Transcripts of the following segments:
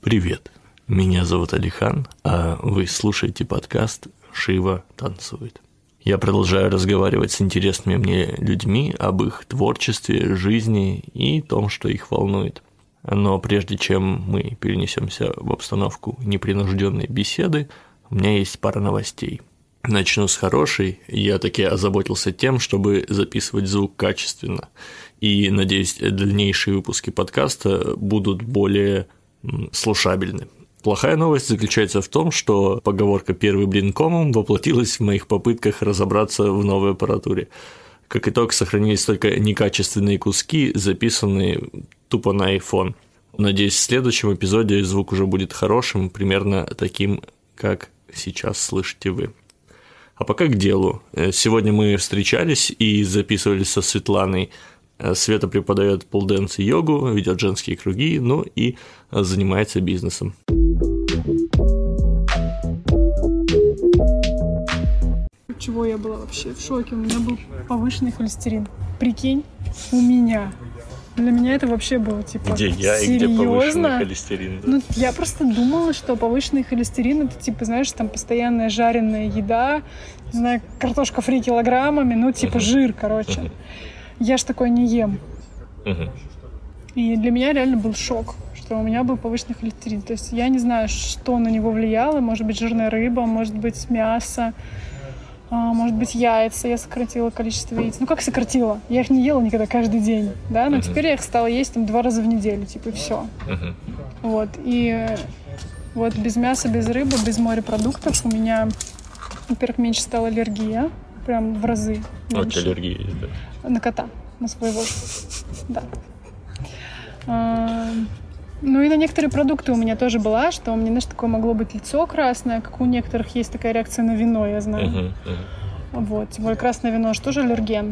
Привет, меня зовут Алихан, а вы слушаете подкаст «Шива танцует». Я продолжаю разговаривать с интересными мне людьми об их творчестве, жизни и том, что их волнует. Но прежде чем мы перенесемся в обстановку непринужденной беседы, у меня есть пара новостей. Начну с хорошей. Я таки озаботился тем, чтобы записывать звук качественно. И, надеюсь, дальнейшие выпуски подкаста будут более слушабельны. Плохая новость заключается в том, что поговорка «первый блин комом» воплотилась в моих попытках разобраться в новой аппаратуре. Как итог, сохранились только некачественные куски, записанные тупо на iPhone. Надеюсь, в следующем эпизоде звук уже будет хорошим, примерно таким, как сейчас слышите вы. А пока к делу. Сегодня мы встречались и записывались со Светланой. Света преподает полденс и йогу, ведет женские круги, ну и занимается бизнесом. Чего я была вообще в шоке? У меня был повышенный холестерин. Прикинь, у меня. Для меня это вообще было типа где я серьезно? И где повышенный холестерин? Да? Ну, я просто думала, что повышенный холестерин это типа, знаешь, там постоянная жареная еда, не знаю, картошка фри килограммами, ну типа жир, короче. Я ж такое не ем. И для меня реально был шок, что у меня был повышенный холестерин. То есть я не знаю, что на него влияло. Может быть, жирная рыба, может быть, мясо, может быть, яйца. Я сократила количество яиц. Ну, как сократила? Я их не ела никогда каждый день, да? Но теперь я их стала есть там 2 раза в неделю, типа, и все. Вот. И вот без мяса, без рыбы, без морепродуктов у меня, во-первых, меньше стала аллергия. Прям в разы меньше. Вот аллергия есть, да? На кота, на своего. Да. Ну и на некоторые продукты у меня тоже была, что у меня, знаешь, такое могло быть лицо красное, как у некоторых есть такая реакция на вино, я знаю. Вот, тем более красное вино же тоже аллерген.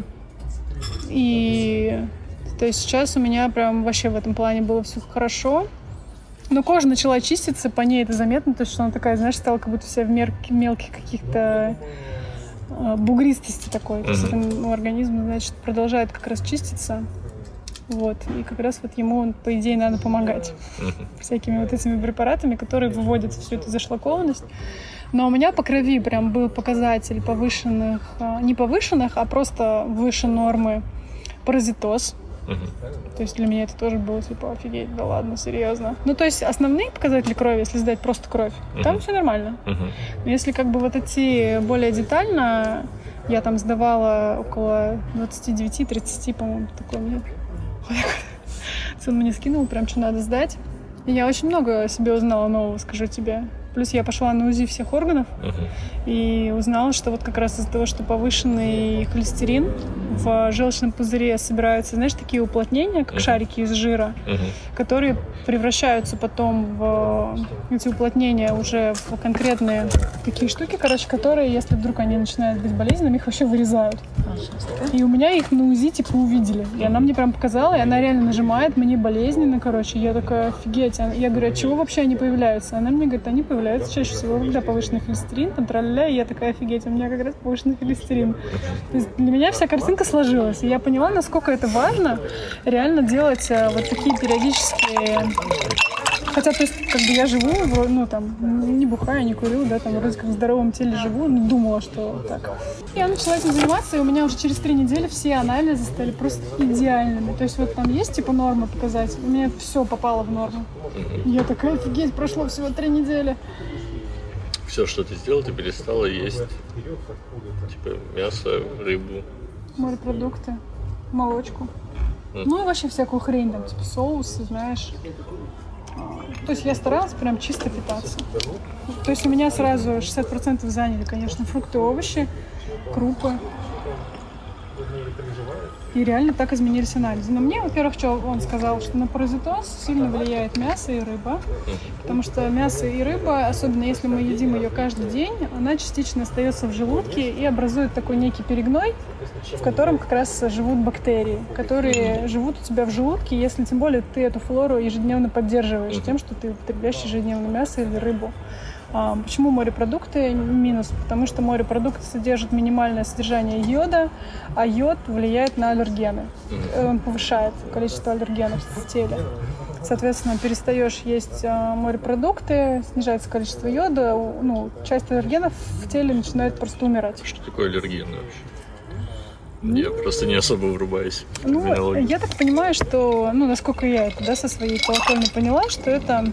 И то есть сейчас у меня прям вообще в этом плане было все хорошо. Но кожа начала чиститься, по ней это заметно, то есть что она такая, знаешь, стала как будто вся в мелких каких-то бугристости такой. То есть это, организм, значит, продолжает как раз чиститься. Вот. И как раз вот ему, по идее, надо помогать всякими вот этими препаратами, которые выводят всю эту зашлакованность. Но у меня по крови прям был показатель повышенных, не повышенных, а просто выше нормы паразитоз. То есть для меня это тоже было типа офигеть, да ладно, серьезно. Ну, то есть основные показатели крови, если сдать просто кровь, там все нормально. Но если как бы вот идти более детально, я там сдавала около 29-30, по-моему, такой мне. Он мне скинул прям, что надо сдать. И я очень много себе узнала нового, скажу тебе. Плюс я пошла на УЗИ всех органов и узнала, что вот как раз из-за того, что повышенный холестерин в желчном пузыре собираются, знаешь, такие уплотнения, как шарики из жира, которые превращаются потом в эти уплотнения уже в конкретные такие штуки, короче, которые, если вдруг они начинают быть болезненными, их вообще вырезают. И у меня их на УЗИ типа увидели. И она мне прям показала, и она реально нажимает, мне болезненно, короче. Я такая, офигеть. Я говорю, от чего вообще они появляются? Она мне говорит, они появляются чаще всего, когда повышенный холестерин, там, тра-ля-ля, и я такая, офигеть, у меня как раз повышенный холестерин. То есть для меня вся картинка сложилась, и я поняла, насколько это важно реально делать вот такие периодические... Хотя, то есть, как бы я живу, ну, там, не бухаю, не курю, да, там, вроде как в здоровом теле живу, но думала, что так. Я начала этим заниматься, и у меня уже через 3 недели все анализы стали просто идеальными. То есть, вот там есть, типа, норма показать, у меня все попало в норму. Я такая, офигеть, прошло всего 3 недели. Все, что ты сделал, ты перестала есть, типа, мясо, рыбу. Морепродукты, молочку. Ну, и вообще всякую хрень, там, типа, соусы, знаешь. То есть я старалась прям чисто питаться. То есть у меня сразу 60% заняли, конечно, фрукты, овощи, крупы. И реально так изменились анализы. Но мне, во-первых, что он сказал, что на паразитоз сильно влияет мясо и рыба. Потому что мясо и рыба, особенно если мы едим ее каждый день, она частично остается в желудке и образует такой некий перегной, в котором как раз живут бактерии, которые живут у тебя в желудке, если тем более ты эту флору ежедневно поддерживаешь тем, что ты употребляешь ежедневно мясо или рыбу. Почему морепродукты минус? Потому что морепродукты содержат минимальное содержание йода, а йод влияет на аллергены. Он повышает количество аллергенов в теле. Соответственно, перестаешь есть морепродукты, снижается количество йода, ну, часть аллергенов в теле начинает просто умирать. Что такое аллерген вообще? Я просто не особо врубаюсь в терминологию. Я так понимаю, что, ну, насколько я это, да, со своей колокольни поняла, что это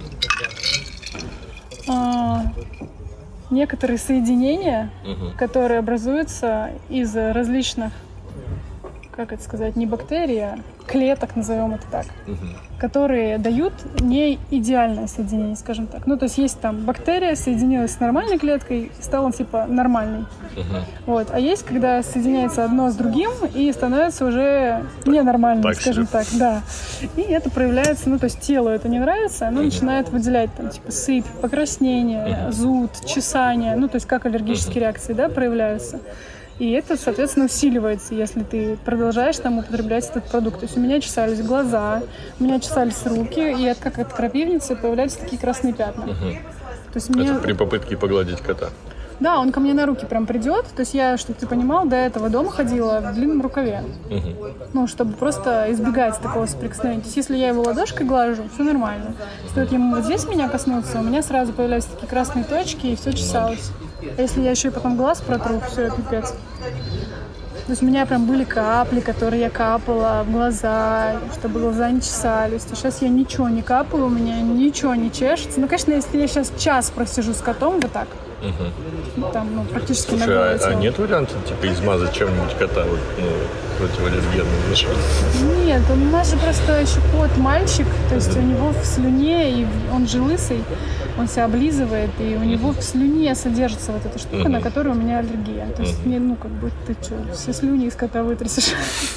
некоторые соединения, которые образуются из различных, как это сказать, не бактерий, а клеток, назовем это так, которые дают не идеальное соединение, скажем так. Ну, то есть есть там бактерия, соединилась с нормальной клеткой, стала типа нормальной. Вот. А есть, когда соединяется одно с другим и становится уже ненормальным, так скажем так. Да. И это проявляется, ну, то есть телу это не нравится, оно начинает выделять там типа сыпь, покраснение, зуд, чесание, ну, то есть как аллергические реакции, да, проявляются. И это, соответственно, усиливается, если ты продолжаешь там употреблять этот продукт. То есть у меня чесались глаза, у меня чесались руки, и как от крапивницы появлялись такие красные пятна. То есть это при попытке погладить кота? Да, он ко мне на руки прям придет. То есть я, чтобы ты понимал, до этого дома ходила в длинном рукаве. Ну, чтобы просто избегать такого соприкосновения. То есть если я его ладошкой глажу, все нормально. Стоит ему вот здесь меня коснуться, у меня сразу появляются такие красные точки, и все чесалось. А если я еще и потом глаз протру, все, пипец. То есть у меня прям были капли, которые я капала в глаза, чтобы глаза не чесались. То сейчас я ничего не капаю, у меня ничего не чешется. Ну, конечно, если я сейчас час просижу с котом, вот так. Там, ну, практически на голове. А нет варианта, типа, измазать чем-нибудь кота, вот, ну, противоаллергенным нашим? Нет, у нас же просто еще кот мальчик, то есть у него в слюне, и он же лысый, он себя облизывает, и у него в слюне содержится вот эта штука, на которую у меня аллергия. То есть, мне, ну, как бы, ты что, все слюни из кота вытрясешь.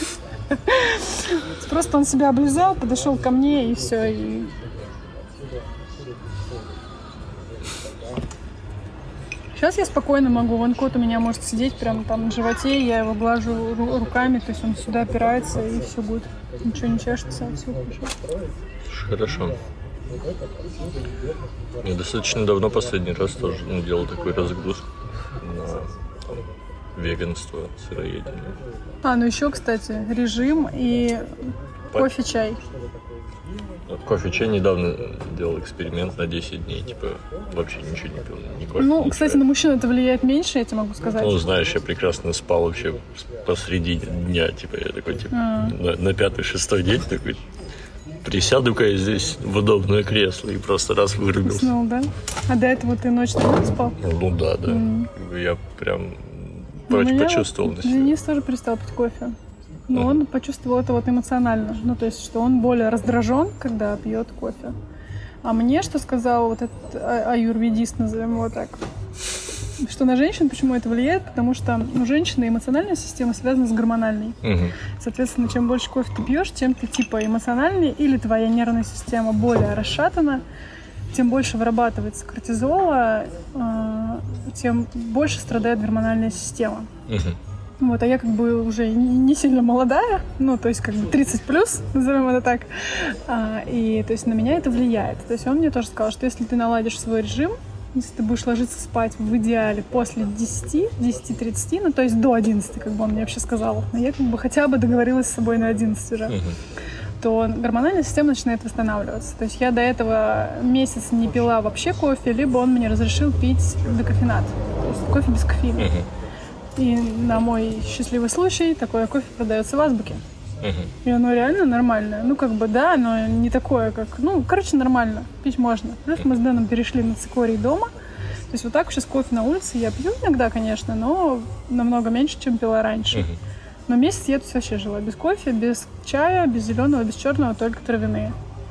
Просто он себя облизал, подошел ко мне, и все, и... Сейчас я спокойно могу. Вон кот у меня может сидеть прямо там на животе, я его глажу руками, то есть он сюда опирается, и все будет. Ничего не чешется, все хорошо. Хорошо. Я достаточно давно, последний раз тоже делал такой разгруз на веганство, сыроедение. Ну еще, кстати, режим и кофе-чай. Кофе-чай недавно делал эксперимент на 10 дней, типа вообще ничего не пил, ни кофе, Ну, кстати, чая. На мужчин это влияет меньше, я тебе могу сказать. Ну, знаешь, я прекрасно спал вообще посреди дня, типа я такой, типа, на 5-6 день такой, присяду-ка я здесь в удобное кресло и просто раз вырубился. Уснул, да? А до этого ты ночью не спал? Ну да. Я прям почувствовал на себе. Денис тоже перестал пить кофе. Но он почувствовал это вот эмоционально. Ну, то есть, что он более раздражен, когда пьет кофе. А мне что сказал вот этот аюрведист, назовем его так, что на женщин почему это влияет? Потому что у женщины эмоциональная система связана с гормональной. Соответственно, чем больше кофе ты пьешь, тем ты типа эмоциональнее или твоя нервная система более расшатана, тем больше вырабатывается кортизола, тем больше страдает гормональная система. Вот, а я как бы уже не сильно молодая, ну, то есть как бы 30 плюс, назовем это так, и то есть на меня это влияет. То есть он мне тоже сказал, что если ты наладишь свой режим, если ты будешь ложиться спать в идеале после 10-30, ну, то есть до 11, как бы он мне вообще сказал, но я как бы хотя бы договорилась с собой на 11 уже, то гормональная система начинает восстанавливаться. То есть я до этого месяц не пила вообще кофе, либо он мне разрешил пить декофенат, то есть кофе без кофеина. И на мой счастливый случай такое кофе продается в Азбуке. И оно реально нормальное. Ну, как бы, да, но не такое, как... Ну, короче, нормально. Пить можно. Плюс мы с Дэном перешли на цикорий дома. То есть вот так сейчас кофе на улице я пью иногда, конечно, но намного меньше, чем пила раньше. Но месяц я тут вообще жила без кофе, без чая, без зеленого, без черного, только травяные.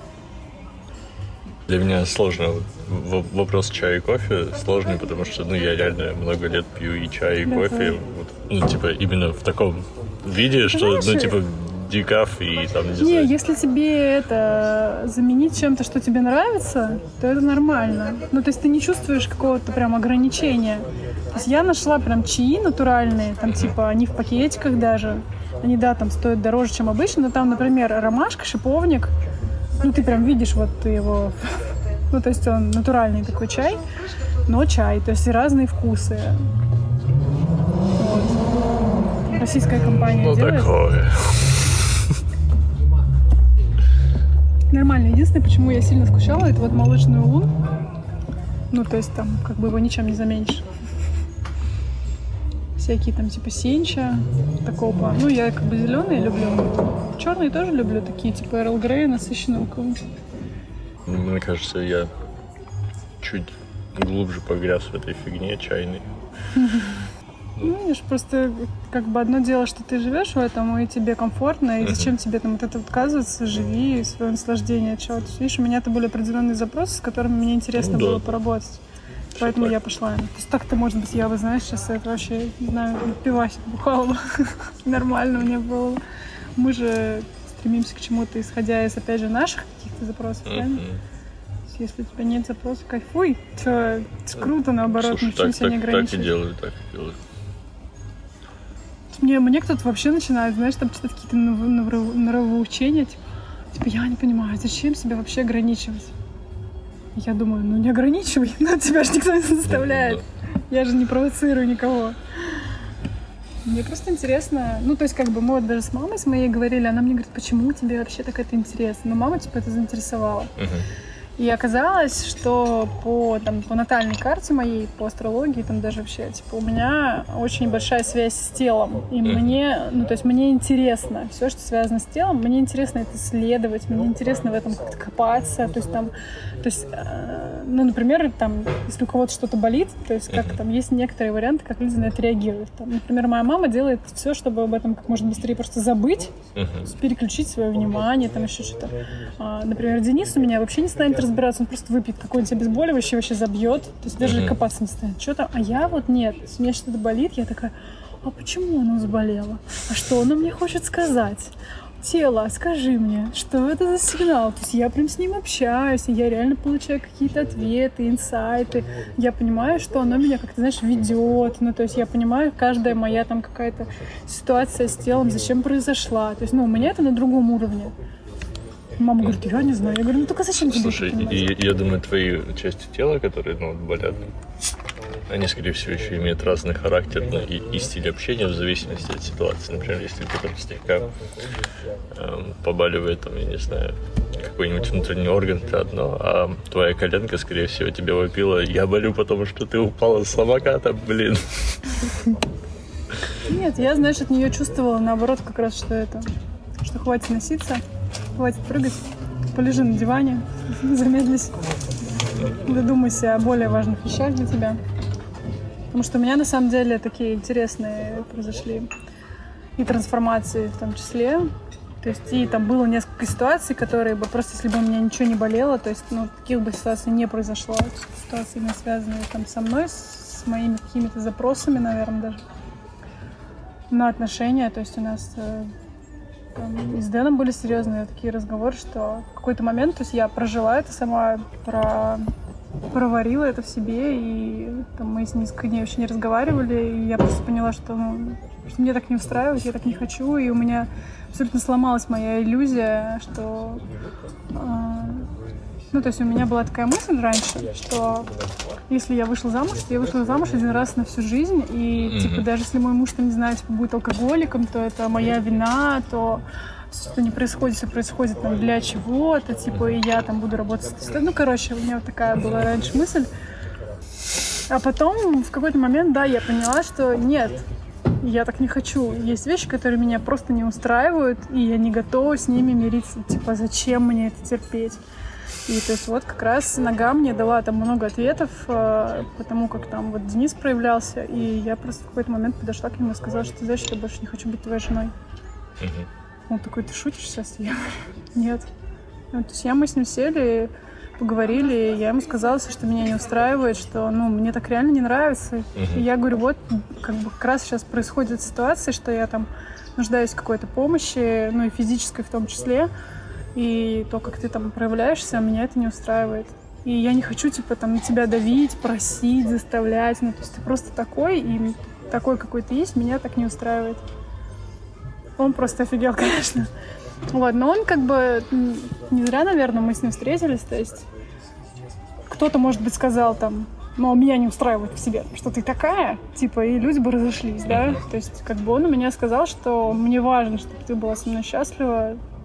Для меня сложно. Вопрос чая и кофе сложный, потому что, ну, я реально много лет пью и чай, и кофе. Вот, ну, типа, именно в таком виде, что, знаешь, ну, типа, декаф и там, не знаю. Если тебе это заменить чем-то, что тебе нравится, то это нормально. Ну, то есть ты не чувствуешь какого-то прям ограничения. То есть я нашла прям чаи натуральные, там, типа, они в пакетиках даже. Они, да, там стоят дороже, чем обычно, но там, например, ромашка, шиповник. Ну, ты прям видишь, вот ты его... Ну, то есть он натуральный такой чай, но чай, то есть и разные вкусы. Вот. Российская компания делает. Такое. Нормально. Единственное, почему я сильно скучала, это вот молочный улун. Ну, то есть там как бы его ничем не заменишь. Всякие там типа сенча, такого плана. Ну, я как бы зеленые люблю. Черные тоже люблю, такие типа Эрл Грей, насыщенного какого-нибудь. Мне кажется, я чуть глубже погряз в этой фигне чайной. Ну, видишь, просто как бы одно дело, что ты живешь в этом, и тебе комфортно, и зачем тебе там вот это отказываться, живи, свое наслаждение, чего. То есть, видишь, у меня это были определенные запросы, с которыми мне интересно было поработать. Поэтому я пошла. То есть так-то, может быть, я бы, знаешь, сейчас это вообще, не знаю, пивасик бухала бы. Нормально мне было. Мы же стремимся к чему-то, исходя из, опять же, наших каких-то запросов, правильно? Если у тебя нет запросов, кайфуй. Все круто, наоборот, ничем себя не ограничивать. Так и делаю, так и делаю. Мне кто-то вообще начинает, знаешь, там читать какие-то нравоучения, типа, я не понимаю, зачем себя вообще ограничивать? Я думаю, ну не ограничивай, но тебя же никто не заставляет. Я же не провоцирую никого. Мне просто интересно, ну то есть как бы мы вот даже с мамой с моей говорили, она мне говорит, почему тебе вообще так это интересно? Но мама типа это заинтересовала. И оказалось, что по натальной карте моей, по астрологии, там даже вообще, типа, у меня очень большая связь с телом. И мне, ну, то есть мне интересно все, что связано с телом, мне интересно это исследовать, мне интересно в этом как-то копаться. Ну, например, там, если у кого-то что-то болит, то есть как там есть некоторые варианты, как люди на это реагируют. Там, например, моя мама делает все, чтобы об этом как можно быстрее просто забыть, переключить свое внимание, там еще что-то. Например, Денис у меня вообще не станет разбираться, он просто выпьет какое-нибудь обезболивающее, вообще забьет, то есть даже копаться не станет. Что там? А я вот нет. Если у меня что-то болит, я такая, а почему оно заболело? А что оно мне хочет сказать? Тело, скажи мне, что это за сигнал? То есть я прям с ним общаюсь, и я реально получаю какие-то ответы, инсайты. Я понимаю, что оно меня как-то, знаешь, ведет. Ну, то есть я понимаю, каждая моя там какая-то ситуация с телом, зачем произошла. То есть, ну, у меня это на другом уровне. Мама говорит, я не знаю. Я говорю, ну только зачем тебе это понимать? Слушай, я думаю, твои части тела, которые болят, они, скорее всего, еще имеют разный характер, ну, и стиль общения в зависимости от ситуации. Например, если ты там слегка побаливает, там, я не знаю, какой-нибудь внутренний орган, это одно, а твоя коленка, скорее всего, тебе вопила, я болю, потому что ты упала с самоката, блин. Нет, я, знаешь, от нее чувствовала, наоборот, как раз, что хватит носиться, хватит прыгать, полежи на диване, замедлись, додумайся о более важных вещах для тебя. Потому что у меня, на самом деле, такие интересные произошли и трансформации в том числе. То есть и там было несколько ситуаций, которые бы просто, если бы у меня ничего не болело, то есть, ну, таких бы ситуаций не произошло. Ситуации, не связанные там со мной, с моими какими-то запросами, наверное, даже на отношения. То есть у нас там, и с Дэном были серьезные такие разговоры, что в какой-то момент, то есть я прожила это сама, проварила это в себе, и там, мы с несколько дней вообще не разговаривали, и я просто поняла, что, что мне так не устраивает, я так не хочу, и у меня абсолютно сломалась моя иллюзия, что... ну, то есть у меня была такая мысль раньше, что если я вышла замуж, то я вышла замуж один раз на всю жизнь, и, типа, даже если мой муж, там, не знаю, типа, будет алкоголиком, то это моя вина, то... что не происходит, все происходит там для чего-то, типа, и я там буду работать с тестом. Ну, короче, у меня вот такая была раньше мысль. А потом в какой-то момент, да, я поняла, что нет, я так не хочу. Есть вещи, которые меня просто не устраивают, и я не готова с ними мириться. Типа, зачем мне это терпеть? И то есть вот как раз нога мне дала там много ответов, потому как там вот Денис проявлялся, и я просто в какой-то момент подошла к нему и сказала, что, знаешь, я больше не хочу быть твоей женой. Он такой, ты шутишь сейчас? Я говорю, нет. Ну, то есть мы с ним сели, поговорили, и я ему сказала, что меня не устраивает, что, ну, мне так реально не нравится. И я говорю, вот, как раз сейчас происходит ситуация, что я там нуждаюсь в какой-то помощи, ну, и физической в том числе, и то, как ты там проявляешься, меня это не устраивает. И я не хочу, типа, там, на тебя давить, просить, заставлять, ну, то есть ты просто такой, и такой, какой ты есть, меня так не устраивает. Он просто офигел, конечно. Вот, но он как бы не зря, наверное, мы с ним встретились. То есть кто-то, может быть, сказал там, ну, меня не устраивает в себе, что ты такая, типа, и люди бы разошлись, да. То есть как бы он у меня сказал, что мне важно, чтобы ты была со мной счастлива,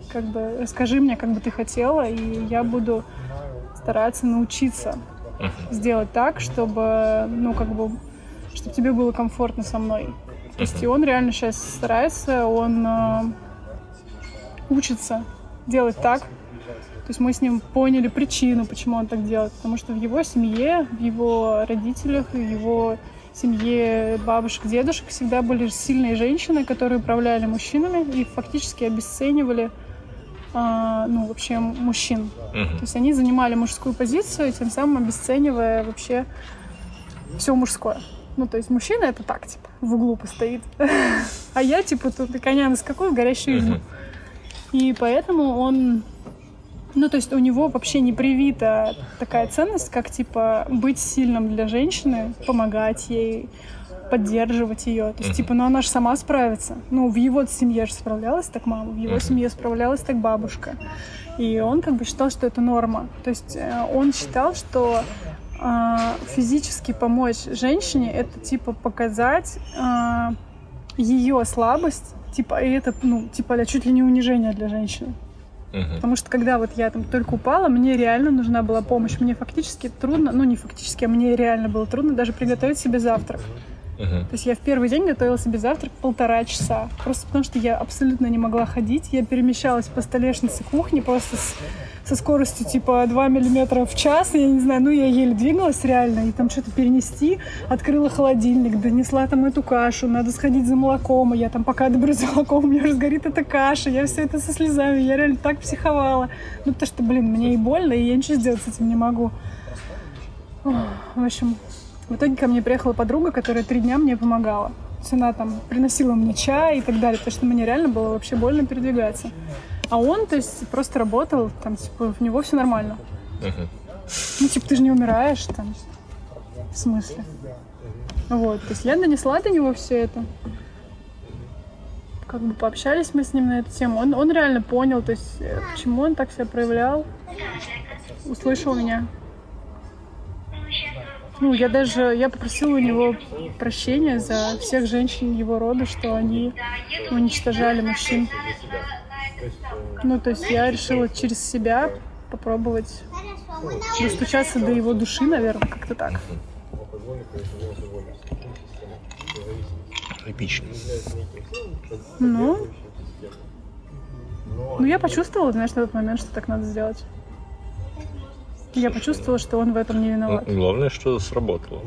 как бы расскажи мне, как бы ты хотела, и я буду стараться научиться сделать так, чтобы, ну, как бы, чтобы тебе было комфортно со мной. То есть и он реально сейчас старается, он учится делать так. То есть мы с ним поняли причину, почему он так делает. Потому что в его семье, в его родителях, в его семье бабушек, дедушек всегда были сильные женщины, которые управляли мужчинами и фактически обесценивали вообще мужчин. То есть они занимали мужскую позицию, тем самым обесценивая вообще все мужское. Ну, то есть мужчина это так, типа, в углу постоит. А я, типа, тут и коня наскакую в горящую избу. И поэтому он... Ну, то есть у него вообще не привита такая ценность, как, типа, быть сильным для женщины, помогать ей, поддерживать ее. То есть, типа, ну она же сама справится. Ну, в его семье же справлялась так мама, в его семье справлялась так бабушка. И он как бы считал, что это норма. То есть он считал, что физически помочь женщине — это, типа, показать ее слабость, типа, и это, ну, типа, чуть ли не унижение для женщины. Потому что когда вот я там только упала, мне реально нужна была помощь. Мне фактически трудно, ну не фактически, а мне реально было трудно даже приготовить себе завтрак. То есть я в первый день готовила себе завтрак 1,5 часа. Просто потому что я абсолютно не могла ходить. Я перемещалась по столешнице кухни просто со скоростью типа 2 миллиметра в час. Я не знаю, ну я еле двигалась реально. И там что-то перенести. Открыла холодильник, донесла там эту кашу. Надо сходить за молоком. И я там пока доберусь за молоком, у меня уже сгорит эта каша. Я все это со слезами. Я реально так психовала. Ну потому что, мне и больно, и я ничего сделать с этим не могу. В общем... В итоге ко мне приехала подруга, которая 3 дня мне помогала. То есть она там приносила мне чай и так далее, потому что мне реально было вообще больно передвигаться. А он, то есть, просто работал, там, типа, у него все нормально. Ну, типа, ты же не умираешь, там, в смысле. Вот, то есть я донесла до него все это. Как бы пообщались мы с ним на эту тему. Он реально понял, то есть, почему он так себя проявлял. Услышал меня. Ну, я попросила у него прощения за всех женщин его рода, что они уничтожали мужчин. Ну, то есть я решила через себя попробовать достучаться до его души, наверное, как-то так. Эпично. Ну, я почувствовала, знаешь, на тот момент, что так надо сделать. Я почувствовала, что он в этом не виноват. Главное, что сработало.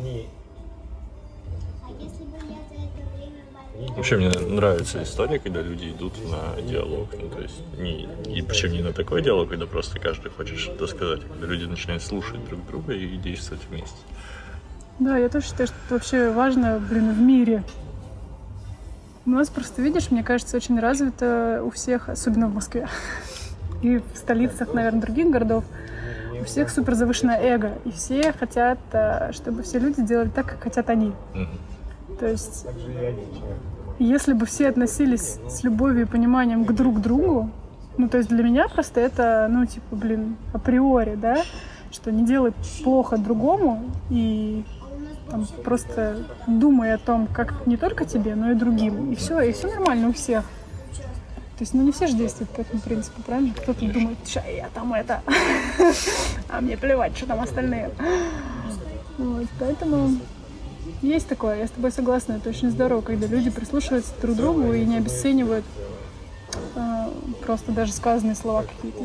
Вообще мне нравится история, когда люди идут на диалог. Ну, то есть причем не на такой диалог, когда просто каждый хочет что-то сказать, а когда люди начинают слушать друг друга и действовать вместе. Да, я тоже считаю, что это вообще важно, в мире. У нас просто, видишь, мне кажется, очень развито у всех, особенно в Москве и в столицах, наверное, других городов. У всех супер завышенное эго, и все хотят, чтобы все люди делали так, как хотят они. То есть, если бы все относились с любовью и пониманием друг к другу, ну, то есть для меня просто это, ну, типа, априори, да, что не делай плохо другому и там, просто думай о том, как не только тебе, но и другим. И все нормально у всех. То есть, не все же действуют по этому принципу, правильно? Кто-то думает, что я там это, а мне плевать, что там остальные. Вот, поэтому есть такое, я с тобой согласна, это очень здорово, когда люди прислушиваются друг к другу и не обесценивают просто даже сказанные слова какие-то.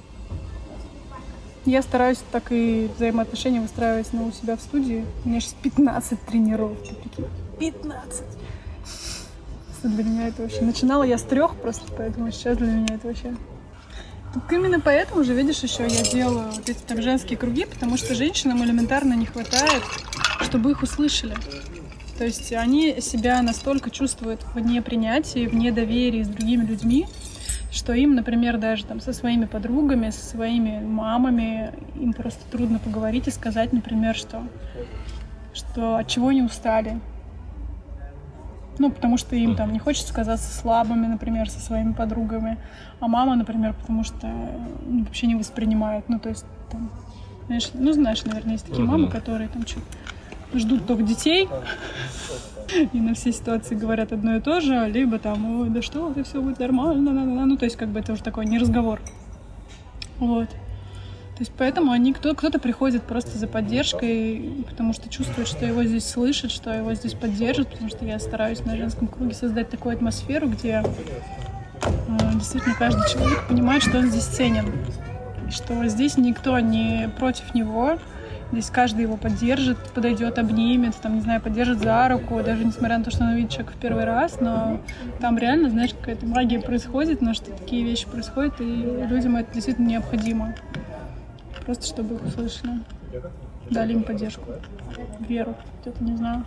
Я стараюсь так и взаимоотношения выстраивать у себя в студии. У меня сейчас 15 тренировок, 15! Для меня это вообще... Начинала я с 3 просто, поэтому сейчас для меня это вообще... Так именно поэтому же, видишь, еще я делаю вот эти там женские круги, потому что женщинам элементарно не хватает, чтобы их услышали. То есть они себя настолько чувствуют в непринятии, в недоверии с другими людьми, что им, например, даже там со своими подругами, со своими мамами, им просто трудно поговорить и сказать, например, что от чего они устали. Ну, потому что им там не хочется казаться слабыми, например, со своими подругами. А мама, например, потому что вообще не воспринимает. Ну, то есть, там, знаешь, наверное, есть такие мамы, которые там ждут только детей, и на все ситуации говорят одно и то же, либо там, ой, да что, это все будет нормально, ну, то есть как бы это уже такой не разговор. Вот. То есть поэтому кто-то приходит просто за поддержкой, потому что чувствует, что его здесь слышат, что его здесь поддержат, потому что я стараюсь на женском круге создать такую атмосферу, где действительно каждый человек понимает, что он здесь ценен, что здесь никто не против него. Здесь каждый его поддержит, подойдет, обнимет, там, не знаю, поддержит за руку, даже несмотря на то, что он видит человека в первый раз, но там реально, знаешь, какая-то магия происходит, но что такие вещи происходят, и людям это действительно необходимо. Просто чтобы их услышали, дали им поддержку, веру, где-то, не знаю.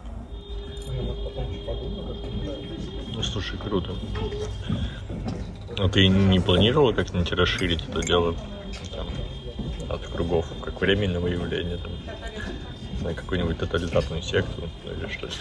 Ну, слушай, круто. А ты не планировала как-нибудь расширить это дело? Там, от кругов, как временного явления, там, на какую-нибудь тоталитарную секту или что-то.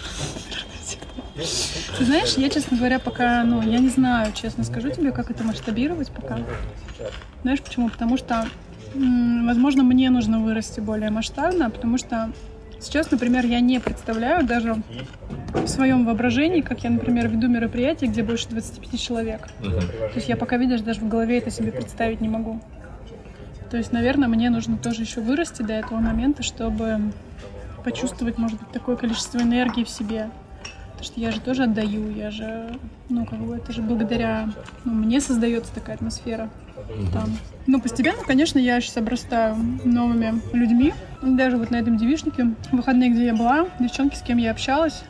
Ты знаешь, я, честно говоря, пока, я не знаю, честно скажу тебе, как это масштабировать пока. Знаешь почему? Потому что, возможно, мне нужно вырасти более масштабно, потому что сейчас, например, я не представляю даже в своем воображении, как я, например, веду мероприятие, где больше 25 человек. То есть я пока, видишь, даже в голове это себе представить не могу. То есть, наверное, мне нужно тоже еще вырасти до этого момента, чтобы почувствовать, может быть, такое количество энергии в себе. Потому что я же тоже отдаю, я же, это же благодаря, мне создается такая атмосфера там. Постепенно, конечно, я сейчас обрастаю новыми людьми. Даже вот на этом девичнике, в выходные, где я была, девчонки, с кем я общалась,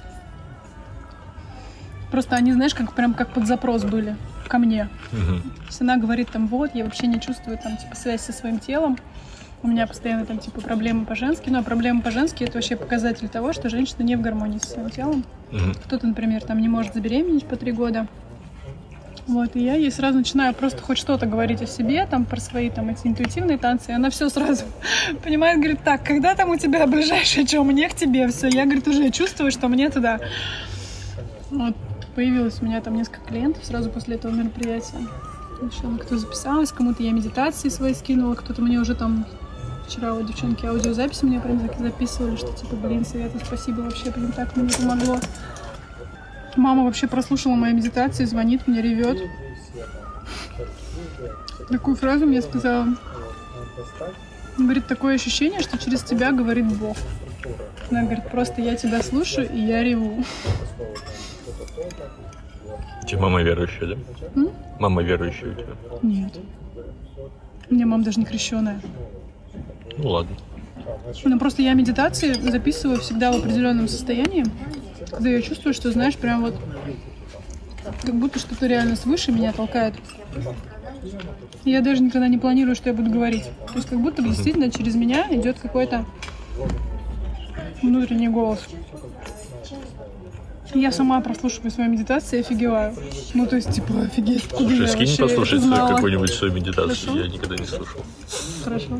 просто они, знаешь, прям как под запрос были ко мне. То есть она говорит там, я вообще не чувствую там, связь со своим телом. У меня постоянно там, проблемы по-женски. А проблемы по-женски — это вообще показатель того, что женщина не в гармонии со своим телом. Кто-то, например, там не может забеременеть по 3 года. И я ей сразу начинаю просто хоть что-то говорить о себе, там, про свои там эти интуитивные танцы, и она все сразу понимает, говорит, так, когда там у тебя ближайшее, что, мне к тебе, все. Я, говорит, уже чувствую, что мне туда. Появилось у меня там несколько клиентов сразу после этого мероприятия. Еще кто записалась, кому-то я медитации свои скинула, кто-то мне уже там вчера у девчонки аудиозаписи мне прям записывали, что Света, спасибо, вообще прям так мне помогло. Мама вообще прослушала мои медитации, звонит мне, ревет. Такую фразу мне сказала. Говорит, такое ощущение, что через тебя говорит Бог. Она говорит, просто я тебя слушаю, и я реву. У тебя мама верующая, да? Мама верующая у тебя? Нет. У меня мама даже не крещеная. Ну ладно. Просто я медитации записываю всегда в определенном состоянии, когда я чувствую, что, знаешь, прям как будто что-то реально свыше меня толкает. Я даже никогда не планирую, что я буду говорить. То есть как будто бы действительно через меня идет какой-то внутренний голос. Я сама прослушиваю свои медитации и офигеваю. То есть, офигеть, откуда слушай, я скинь вообще послушать знала. какую-нибудь свою медитацию. Хорошо? Я никогда не слушал. Хорошо.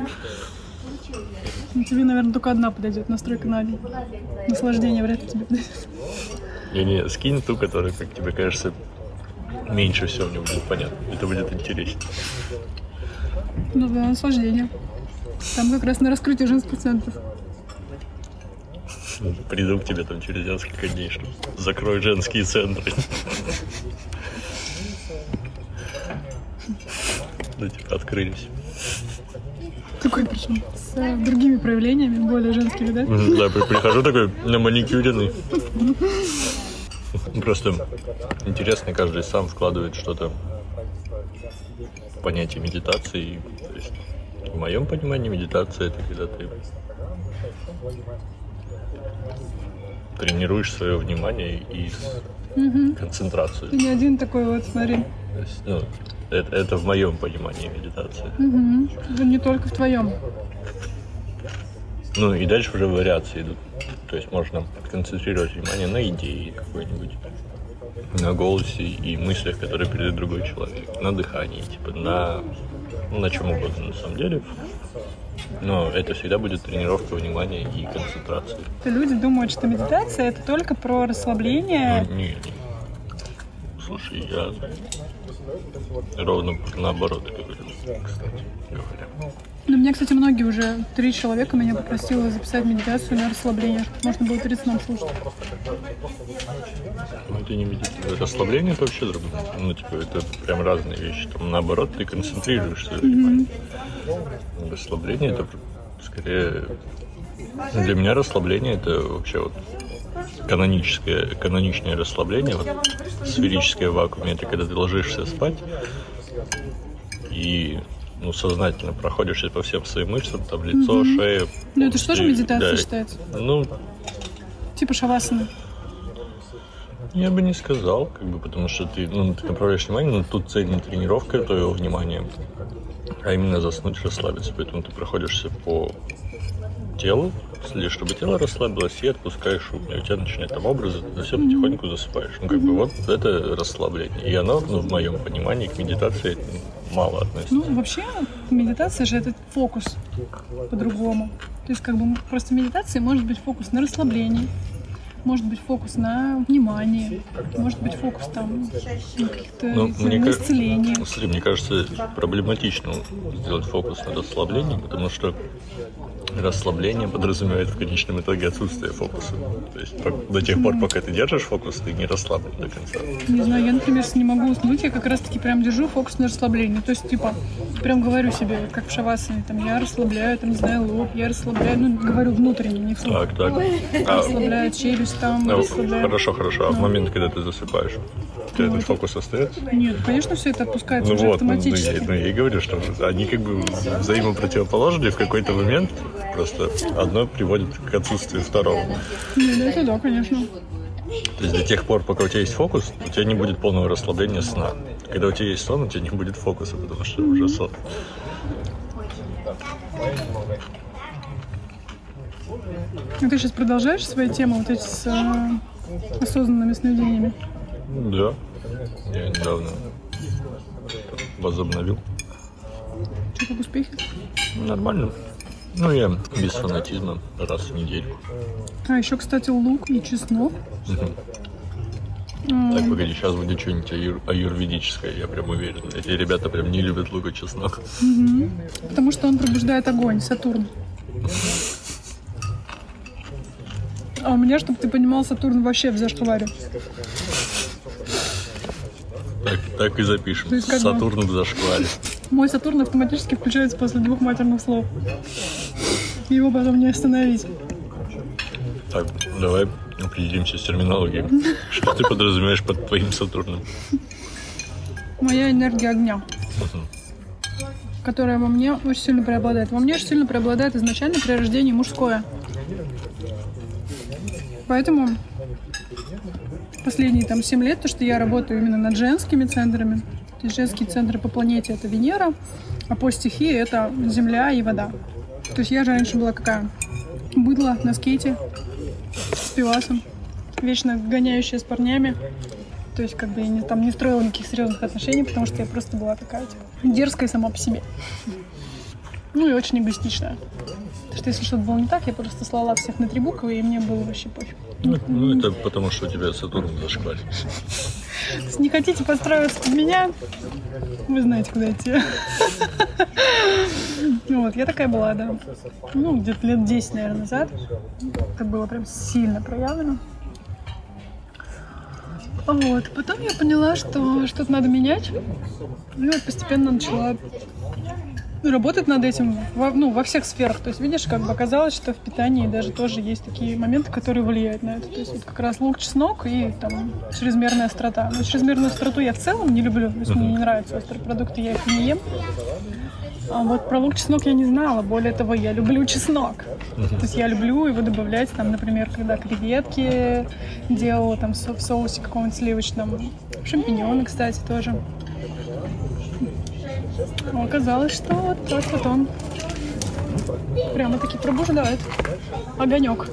Тебе, наверное, только одна подойдет, настройка на день. Наслаждение вряд ли тебе подойдет. Не, скинь ту, которая, как тебе кажется, меньше всего мне будет понятно. Это будет интереснее. Да, наслаждение. Там как раз на раскрытие женских центров. Приду к тебе там через несколько дней, что закрой женские центры. Открылись. Такой причем с другими проявлениями, более женскими, да? Да, прихожу такой на маникюренный. Просто интересно, каждый сам вкладывает что-то в понятие медитации. То есть, в моем понимании медитация — это когда ты тренируешь свое внимание и концентрацию. Ты не один такой смотри. То есть, это в моем понимании медитация. Не только в твоем. И дальше уже вариации идут. То есть можно концентрировать внимание на идее какой-нибудь, на голосе и мыслях, которые передает другой человек, на дыхании, на чем угодно на самом деле. Но это всегда будет тренировка внимания и концентрации. Люди думают, что медитация — это только про расслабление. Не. Слушай, я ровно наоборот говорю, кстати говоря. Но меня, кстати, многие уже 3 человека меня попросило записать медитацию на расслабление, чтобы можно было перед сном слушать. Ну, это не медитация. Расслабление — это вообще другое. Ну, типа, это прям разные вещи. Там, наоборот, ты концентрируешься. Расслабление — это скорее... Для меня расслабление — это вообще вот каноничное расслабление, вот сферическое в вакууме. Это когда ты ложишься спать и сознательно проходишься по всем своим мышцам, там лицо, шея. Ну это же тоже медитация считается? Ну, типа шавасаны. Я бы не сказал, потому что ты направляешь внимание, но тут цель не тренировка твоего внимания, а именно заснуть, расслабиться. Поэтому ты проходишься по телу, следишь, чтобы тело расслабилось, и отпускаешь ум. И у тебя начинают там образы, ты все потихоньку засыпаешь. Вот это расслабление. И оно, в моем понимании, к медитации мало относится. Вообще, медитация же это фокус по-другому. То есть, просто в медитации может быть фокус на расслаблении, может быть фокус на внимание, может быть фокус там на каких-то на исцелении. Смотри, мне кажется, проблематично сделать фокус на расслаблении, потому что расслабление подразумевает в конечном итоге отсутствие фокуса. То есть до тех пор, пока ты держишь фокус, ты не расслаблен до конца. Не знаю, я, например, если не могу уснуть, я как раз-таки прям держу фокус на расслаблении. То есть, прям говорю себе, как в шавасане, там, я расслабляю, там, не знаю, лоб, я расслабляю, говорю внутренне, не вслух. Так. Расслабляю челюсть, там, расслабляю. Хорошо. А в момент, когда ты засыпаешь, у тебя этот фокус остается? Нет, конечно, все это отпускается уже автоматически. Я и говорю, что они взаимопротивоположны в какой-то момент. Просто одно приводит к отсутствию второго. Это да, конечно. То есть до тех пор, пока у тебя есть фокус, у тебя не будет полного расслабления сна. Когда у тебя есть сон, у тебя не будет фокуса, потому что уже сон. А ты сейчас продолжаешь свои темы вот эти с осознанными сновидениями? Да. Я недавно возобновил. Что, как успехи? Нормально. Я без фанатизма раз в недельку. А еще, кстати, лук и чеснок. Так, погоди, сейчас будет что-нибудь аюрведическое, я прям уверен. Эти ребята прям не любят лук и чеснок. Потому что он пробуждает огонь, Сатурн. А у меня, чтобы ты понимал, Сатурн вообще в зашкваре. Так и запишем. Сатурн в зашкваре. Мой Сатурн автоматически включается после 2 матерных слов. Его потом не остановить. Так, давай определимся с терминологией. Что ты подразумеваешь под твоим Сатурном? Моя энергия огня, которая во мне очень сильно преобладает. Во мне очень сильно преобладает изначально при рождении мужское. Поэтому последние 7 лет, то, что я работаю именно над женскими центрами. То есть женские центры по планете — это Венера, а по стихии — это Земля и вода. То есть я же раньше была какая? Быдло на скейте, с пивасом, вечно гоняющая с парнями. То есть я не строила никаких серьезных отношений, потому что я просто была такая дерзкая сама по себе. И очень эгоистичная. Потому что если что-то было не так, я просто слала всех на 3 буквы, и мне было вообще пофиг. Это потому, что у тебя Сатурн в зашкваре. Если не хотите подстраиваться под меня, вы знаете, куда идти. Я такая была, да. Где-то лет 10, наверное, назад. Это было прям сильно проявлено. Потом я поняла, что что-то надо менять. И постепенно начала работать над этим во всех сферах. То есть, видишь, оказалось, что в питании даже тоже есть такие моменты, которые влияют на это. То есть, как раз лук, чеснок и чрезмерная острота. Чрезмерную остроту я в целом не люблю. То есть, мне не нравятся острые продукты, я их не ем. А про лук, чеснок я не знала. Более того, я люблю чеснок. То есть, я люблю его добавлять, например, когда креветки делала в соусе каком-нибудь сливочном. Шампиньоны, кстати, тоже. Оказалось, что так он прямо-таки пробуждает огонек.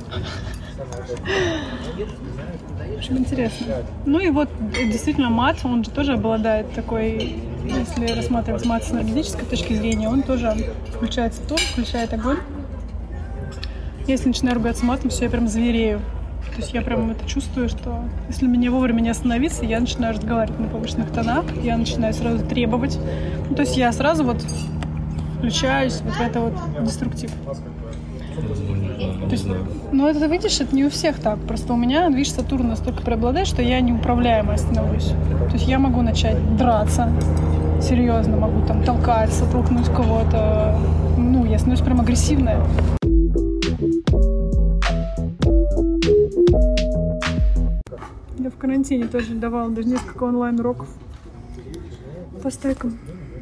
В общем, интересно. Действительно, мат, он же тоже обладает такой, если рассматривать мат с энергетической точки зрения, он тоже включает Сатурн, включает огонь. Если начинаю ругаться матом, все, я прям зверею. То есть я прям это чувствую, что если мне вовремя не остановиться, я начинаю разговаривать на повышенных тонах, я начинаю сразу требовать. То есть я сразу включаюсь вот в это вот деструктив. То есть, ну это, видишь, это не у всех так. Просто у меня движ Сатурна настолько преобладает, что я неуправляемой становлюсь. То есть я могу начать драться, серьезно, могу там толкаться, толкнуть кого-то. Ну, я становлюсь прям агрессивная. Я в карантине тоже давала даже несколько онлайн-уроков по стейкам.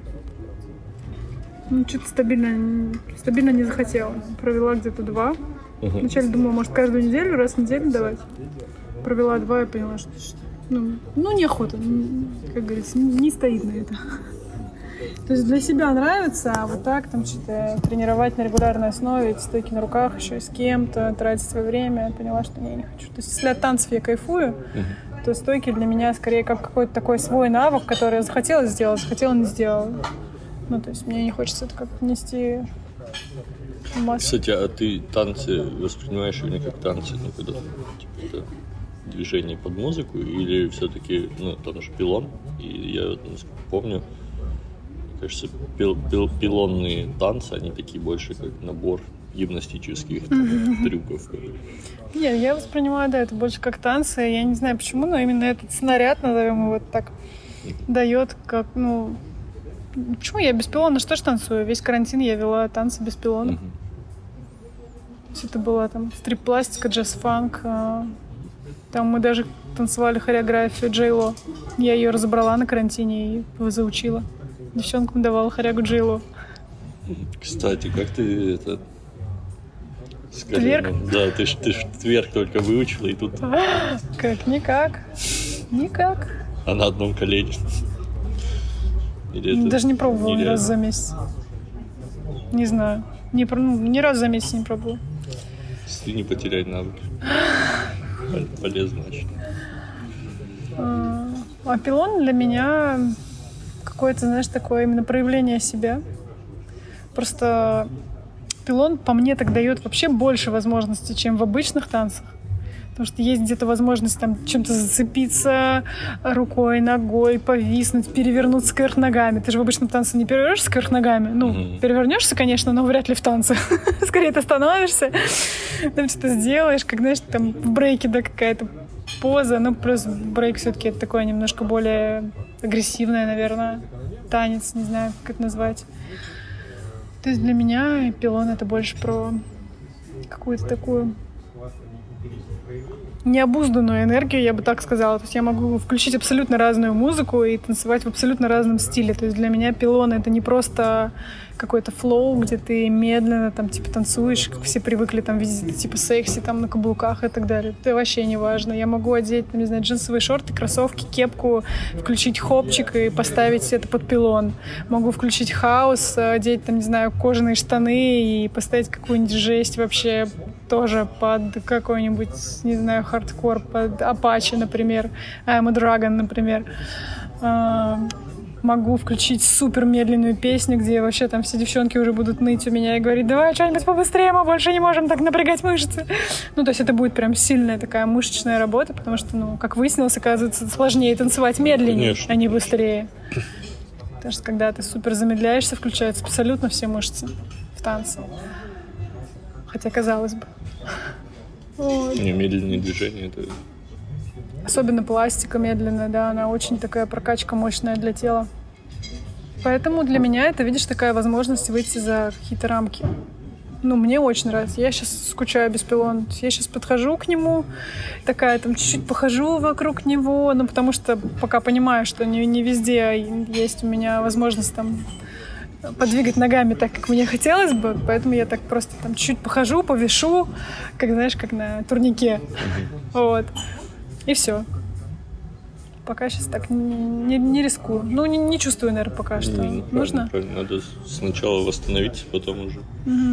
Ну, что-то стабильно не захотела. Провела где-то 2. Вначале думала, может, каждую неделю, раз в неделю давать. Провела 2 и поняла, что неохота. Как говорится, не стоит на это. То есть для себя нравится, а вот так там что-то тренировать на регулярной основе, эти стойки на руках еще и с кем-то, тратить свое время, я поняла, что не хочу. То есть если от танцев я кайфую, то стойки для меня скорее как какой-то такой свой навык, который я захотела сделать, захотела, не сделала. Ну, то есть мне не хочется это как-то нести в массу. Кстати, а ты танцы воспринимаешь именно как танцы, ну, когда типа, это движение под музыку, или все-таки, ну, там же пилон, и я, насколько помню, кажется, пилонные танцы, они такие больше как набор гимнастических трюков. Нет, я воспринимаю, да, это больше как танцы. Я не знаю почему, но именно этот снаряд, назовем его так, дает как, ну... Почему я без пилона? Что ж танцую? Весь карантин я вела танцы без пилона. Все это было там стрип-пластика, джаз-фанк. Там мы даже танцевали хореографию Джей-Ло. Я ее разобрала на карантине и заучила. Девчонкам давала хорягу Джей-Ло. Кстати, как ты это... Тверк? Да, ты ж тверк только выучила, и тут... Как? Никак. А на одном колене. Даже не пробовала ни разу за месяц. Не знаю. Ни разу за месяц не пробовала. Если не потерять навыки. Полезно очень. А пилон для меня какое-то, знаешь, такое именно проявление себя. Просто пилон по мне так дает вообще больше возможностей, чем в обычных танцах. Потому что есть где-то возможность там чем-то зацепиться рукой, ногой, повиснуть, перевернуться кверх ногами. Ты же в обычном танце не перевернешься кверх ногами. Ну, перевернешься, конечно, но вряд ли в танце. Скорее ты становишься, там что-то сделаешь, как, знаешь, там в брейке, да, какая-то поза. Ну, плюс брейк все-таки это такое немножко более агрессивное, наверное, танец, не знаю, как это назвать. То есть для меня пилон — это больше про какую-то такую необузданную энергию, я бы так сказала. То есть я могу включить абсолютно разную музыку и танцевать в абсолютно разном стиле. То есть для меня пилон — это не просто какой-то флоу, где ты медленно там типа танцуешь, как все привыкли там видеть, типа секси там на каблуках и так далее. Это вообще не важно. Я могу одеть, там, не знаю, джинсовые шорты, кроссовки, кепку, включить хопчик и поставить это под пилон. Могу включить хаус, одеть там, не знаю, кожаные штаны и поставить какую-нибудь жесть вообще тоже под какой-нибудь, не знаю, хардкор, под Apache, например, I'm a Dragon, например. Могу включить супер медленную песню, где вообще там все девчонки уже будут ныть у меня и говорить: давай что-нибудь побыстрее, мы больше не можем так напрягать мышцы. Ну, то есть это будет прям сильная такая мышечная работа, потому что, ну, как выяснилось, оказывается, сложнее танцевать медленнее, а не быстрее. Потому что когда ты супер замедляешься, включаются абсолютно все мышцы в танце. Хотя, казалось бы. Вот. Медленные движения — это... Особенно пластика медленная, да, она очень такая прокачка мощная для тела. Поэтому для меня это, видишь, такая возможность выйти за какие-то рамки. Ну, мне очень нравится. Я сейчас скучаю без пилона. Я сейчас подхожу к нему, такая там чуть-чуть похожу вокруг него, ну, потому что пока понимаю, что не везде есть у меня возможность там подвигать ногами так, как мне хотелось бы, поэтому я так просто там чуть-чуть похожу, повешу, как, знаешь, как на турнике. Вот. И все. Пока сейчас так не рискую. Ну, не чувствую, наверное, пока что. Нужно? Надо сначала восстановиться, потом уже.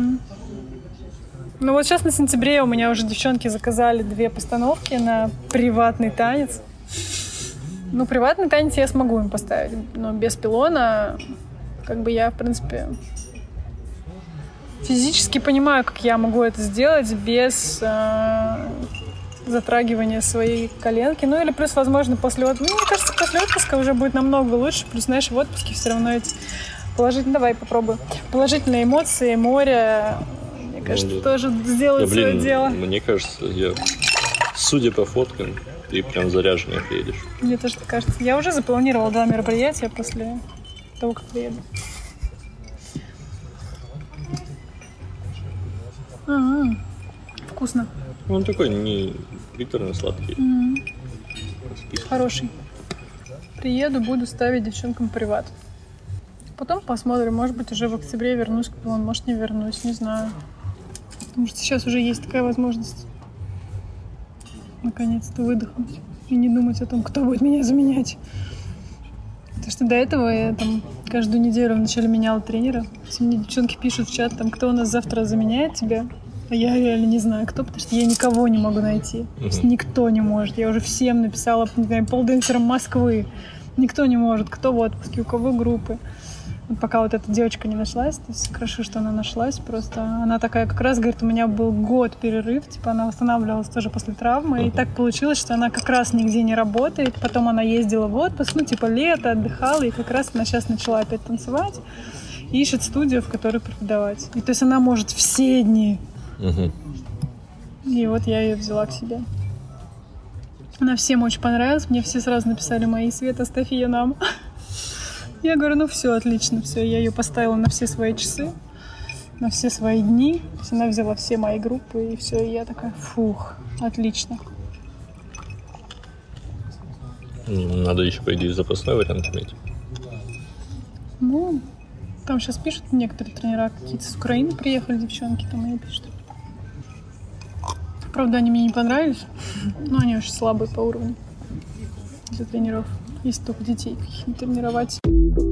Ну вот сейчас на сентябре у меня уже девчонки заказали 2 постановки на приватный танец. Ну, приватный танец я смогу им поставить, но без пилона, как бы я, в принципе, физически понимаю, как я могу это сделать без затрагивания своей коленки. Ну или плюс, возможно, после отпуска. Ну, мне кажется, после отпуска уже будет намного лучше. Плюс, знаешь, в отпуске все равно эти Положительно, давай попробуем. Положительные эмоции, море, мне кажется, тоже сделают свое дело. Мне кажется, судя по фоткам, ты прям заряженная приедешь. Мне тоже так кажется. Я уже запланировала 2 мероприятия после того, как приеду. Вкусно. Он такой не приторно-сладкий. Хороший. Приеду, буду ставить девчонкам приват. Потом посмотрим, может быть, уже в октябре вернусь к Пилон, может, не вернусь, не знаю. Потому что сейчас уже есть такая возможность наконец-то выдохнуть и не думать о том, кто будет меня заменять. Потому что до этого я там каждую неделю вначале меняла тренера. Мне девчонки пишут в чат, там, кто у нас завтра заменяет тебя. А я реально не знаю, кто, потому что я никого не могу найти. То есть никто не может. Я уже всем написала, не знаю, полденсерам Москвы. Никто не может. Кто в отпуске, у кого группы. Вот пока вот эта девочка не нашлась, то есть хорошо, что она нашлась. Просто она такая как раз, говорит, у меня был год перерыв. Типа она восстанавливалась тоже после травмы. И так получилось, что она как раз нигде не работает. Потом она ездила в отпуск, ну типа лето, отдыхала. И как раз она сейчас начала опять танцевать. И ищет студию, в которой преподавать. И то есть она может все дни. И вот я ее взяла к себе. Она всем очень понравилась. Мне все сразу написали: мои, Света, оставь ее нам. Я говорю, ну все, отлично, все. Я ее поставила на все свои часы, на все свои дни. То есть она взяла все мои группы, и все. И я такая, фух, отлично. Надо еще, по идее, запасной вариант иметь. Ну, там сейчас пишут некоторые тренера, какие-то с Украины приехали девчонки, там они пишут. Правда, они мне не понравились, но они очень слабые по уровню для тренеров. Если только детей каких-нибудь тренировать.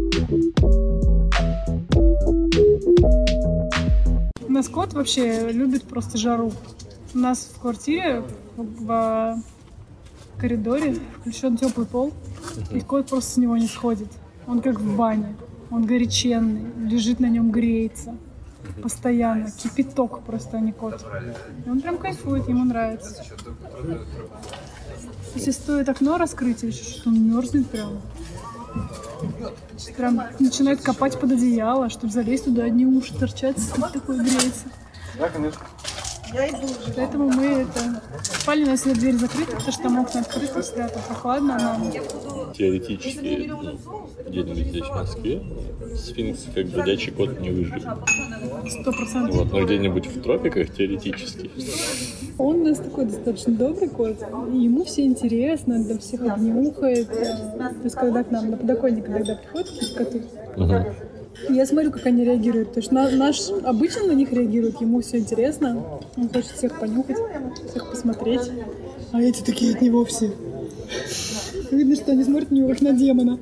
У нас кот вообще любит просто жару. У нас в квартире в коридоре включен теплый пол, и кот просто с него не сходит. Он как в бане. Он горяченный, лежит на нем, греется. Постоянно. Кипяток просто, а не кот. И он прям кайфует, ему нравится. Если стоит окно раскрыть, или что он мерзнет прям. Прям начинает копать под одеяло, чтобы залезть туда, одни уши торчат, такой греется. Да, конечно. Поэтому мы в спальне у нас всегда дверь закрыта, потому что там окна открыты, всегда там прохладно. Теоретически, где-нибудь здесь в Москве сфинкс как бродячий кот не выживет. 100%. Вот, но где-нибудь в тропиках теоретически. Он у нас такой достаточно добрый кот. И ему все интересно, до всех обнюхает. То есть, когда к нам на подоконник, когда приходят какие-то коты, я смотрю, как они реагируют. То есть наш обычно на них реагирует, ему все интересно. Он хочет всех понюхать, всех посмотреть. А эти такие от него все. Видно, что они смотрят на него как на демона.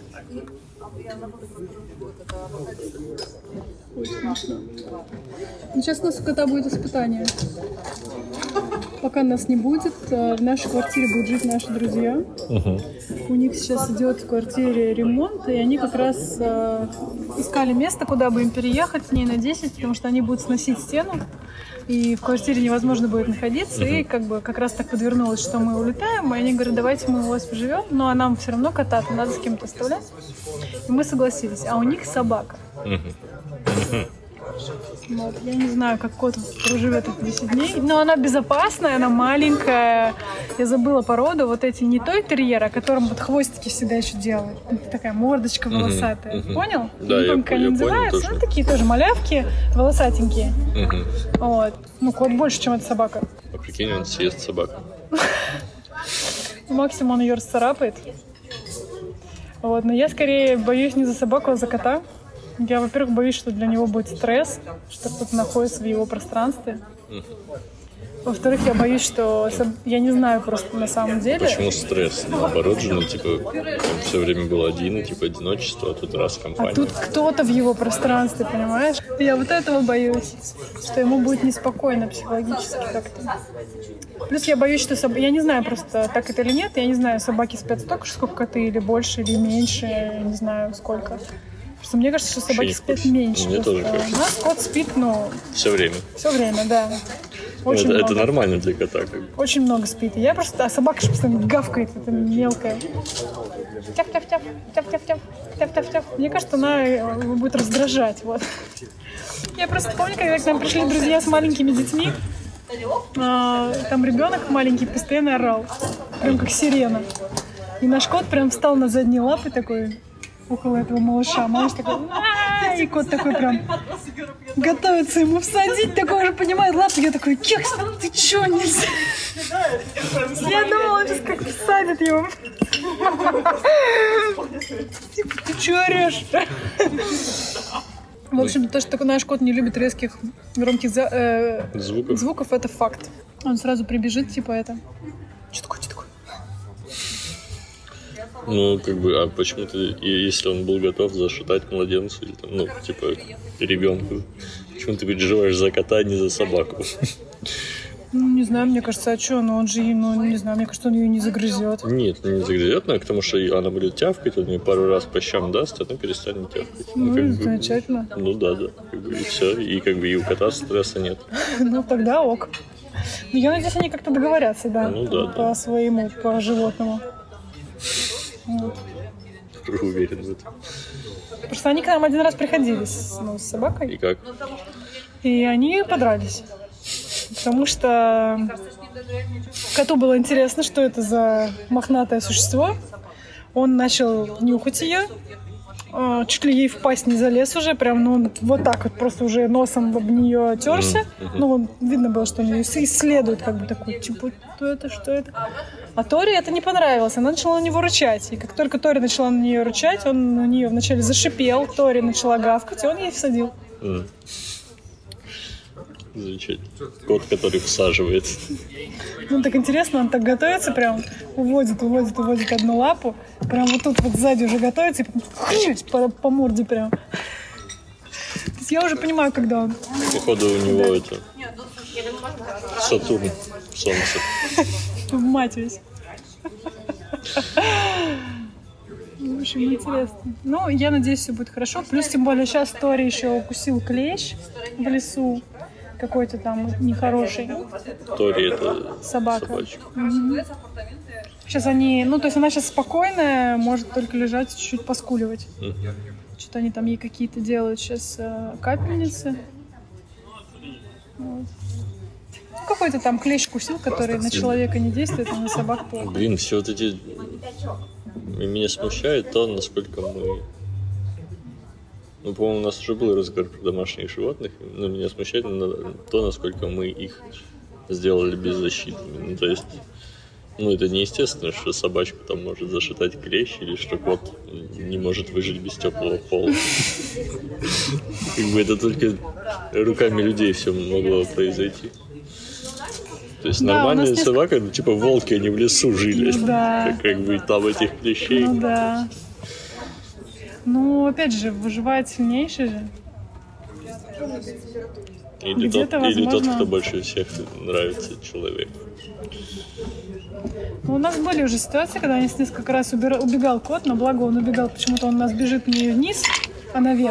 Очень смешно. Ну, сейчас у нас у кота будет испытание. Пока нас не будет, в нашей квартире будут жить наши друзья. У них сейчас идет в квартире ремонт, и они как раз искали место, куда бы им переехать, дней на 10, потому что они будут сносить стену, и в квартире невозможно будет находиться, и как раз так подвернулось, что мы улетаем, и они говорят, давайте мы у вас поживем, но нам все равно кота-то надо с кем-то оставлять. И мы согласились, а у них собака. Вот. Я не знаю, как кот проживет эти 10 дней, но она безопасная, она маленькая. Я забыла породу, вот эти не той терьер, о котором вот хвостики всегда еще делают. Такая мордочка волосатая. Понял? Да, не помню, как они называются. Ну, такие тоже малявки, волосатенькие. Вот. Ну, кот больше, чем эта собака. А прикинь, он съест собаку. Максимум он ее расцарапает. Вот. Но я скорее боюсь не за собаку, а за кота. Я, во-первых, боюсь, что для него будет стресс, что кто-то находится в его пространстве. Во-вторых, я боюсь, что... Я не знаю просто на самом деле. Почему стресс? Наоборот же, он все время был один, одиночество, а тут раз компания. А тут кто-то в его пространстве, понимаешь? Я вот этого боюсь, что ему будет неспокойно психологически как-то. Плюс я боюсь, что... Я не знаю просто, так это или нет, я не знаю, собаки спят столько же, сколько коты, или больше, или меньше, я не знаю, сколько. Просто мне кажется, что собаки спят меньше. Мне тоже кажется. У нас кот спит, все время. Все время, да. Очень много. Это нормально для кота. Очень много спит. Я просто... А собака же постоянно гавкает, это мелкая. Тяп-тяп-тяп, тяп-тяп-тяп, тяп-тяп-тяп. Мне кажется, она его будет раздражать. Вот. Я просто помню, когда к нам пришли друзья с маленькими детьми, там ребенок маленький постоянно орал. Прям как сирена. И наш кот прям встал на задние лапы такой около этого малыша. Малыш такой... И кот такой прям готовится ему всадить, такой уже понимает лапы. Я такой: Кекс, ты чё, нельзя? Я думала, он сейчас как всадит его. Типа, ты чё орёшь? В общем, то, что наш кот не любит резких, громких звуков, это факт. Он сразу прибежит, типа это. Что такое? Ну, как бы, а почему ты, если он был готов зашатать младенцу, или там, ну, типа, ребенку, почему ты переживаешь за кота, а не за собаку? Ну, не знаю, мне кажется, а что, ну он же, ну, не знаю, мне кажется, он ее не загрызет. Нет, не загрызет, но потому что она будет тявкать, он ей пару раз по щам даст, она перестанет тявкать. Ну, замечательно. Ну да, как бы, и все, и как бы и у кота стресса нет. Ну, тогда ок. Ну, я надеюсь, они как-то договорятся, да, ну, да, по своему, по животному. Вот. Уверен в этом. Потому что они к нам один раз приходили с собакой. И как? И они подрались. Потому что коту было интересно, что это за мохнатое существо. Он начал нюхать ее. Чуть ли ей в пасть не залез уже. Прям, ну, вот так вот просто уже носом об нее терся. Ну, видно было, что он ее исследует, как бы такой, типа, что это? А Тори это не понравилось. Она начала на него рычать. И как только Тори начала на нее рычать, он на нее вначале зашипел. Тори начала гавкать, и он ей всадил. Замечательно. Кот, который всаживает. Ну, так интересно, он так готовится, прям уводит одну лапу, прям вот тут вот сзади уже готовится, и по морде прям. То есть я уже понимаю, когда он... Походу у него это... Сатурн, солнце. Мать весь. В общем, интересно. Ну, я надеюсь, все будет хорошо. Плюс, тем более, сейчас Тори еще укусил клещ в лесу. Какой-то там нехороший. Тори это собака. Собачка. Сейчас они... Ну, то есть она сейчас спокойная, может только лежать и чуть-чуть поскуливать. Что-то они там ей какие-то делают сейчас капельницы. Вот. Какой-то там клещ кусил, который на человека не действует, а на собак плохо. Блин, все вот эти... Меня смущает то, насколько мы... Ну, по-моему, у нас уже был разговор про домашних животных, но меня смущает то, насколько мы их сделали беззащитными. Ну, то есть, ну, это неестественно, что собачку там может зашатать клещ, или что кот не может выжить без теплого пола. Как бы это только руками людей все могло произойти. То есть нормальная собака, ну, типа волки, они в лесу жили. Да. Как бы там этих клещей. Ну да. Ну, опять же, выживает сильнейший же. Или тот, кто больше всех нравится человеку. Ну, у нас были уже ситуации, когда несколько раз убегал кот, но благо он убегал, почему-то он у нас бежит не вниз, а наверх.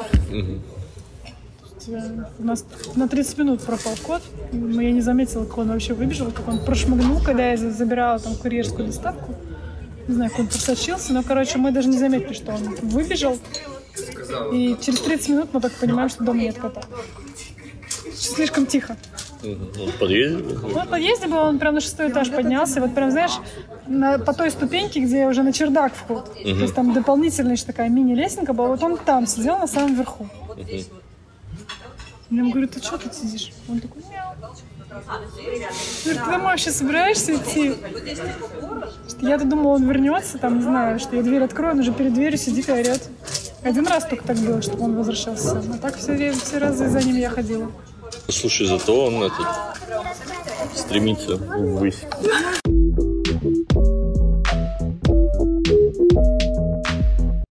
У нас на 30 минут пропал кот. Я не заметила, как он вообще выбежал, как он прошмыгнул, когда я забирала там курьерскую доставку. Не знаю, как он просочился, но, короче, мы даже не заметили, что он выбежал. И через 30 минут мы только понимаем, что дома нет кота. Слишком тихо. Он в подъезде был? Ну, в подъезде был, он прям на 6-й этаж поднялся. Вот прям, знаешь, по той ступеньке, где уже на чердак вход. То есть там дополнительная еще такая мини-лесенка была. Вот он там сидел на самом верху. Я ему говорю: ты что тут сидишь? Он такой: мяу. Говорит: ты домой вообще собираешься идти? Я-то думала, он вернется, там, не знаю, что я дверь открою, он уже перед дверью сидит и орет. Один раз только так было, чтобы он возвращался сам. А так все разы за ним я ходила. Слушай, зато он стремится ввысь.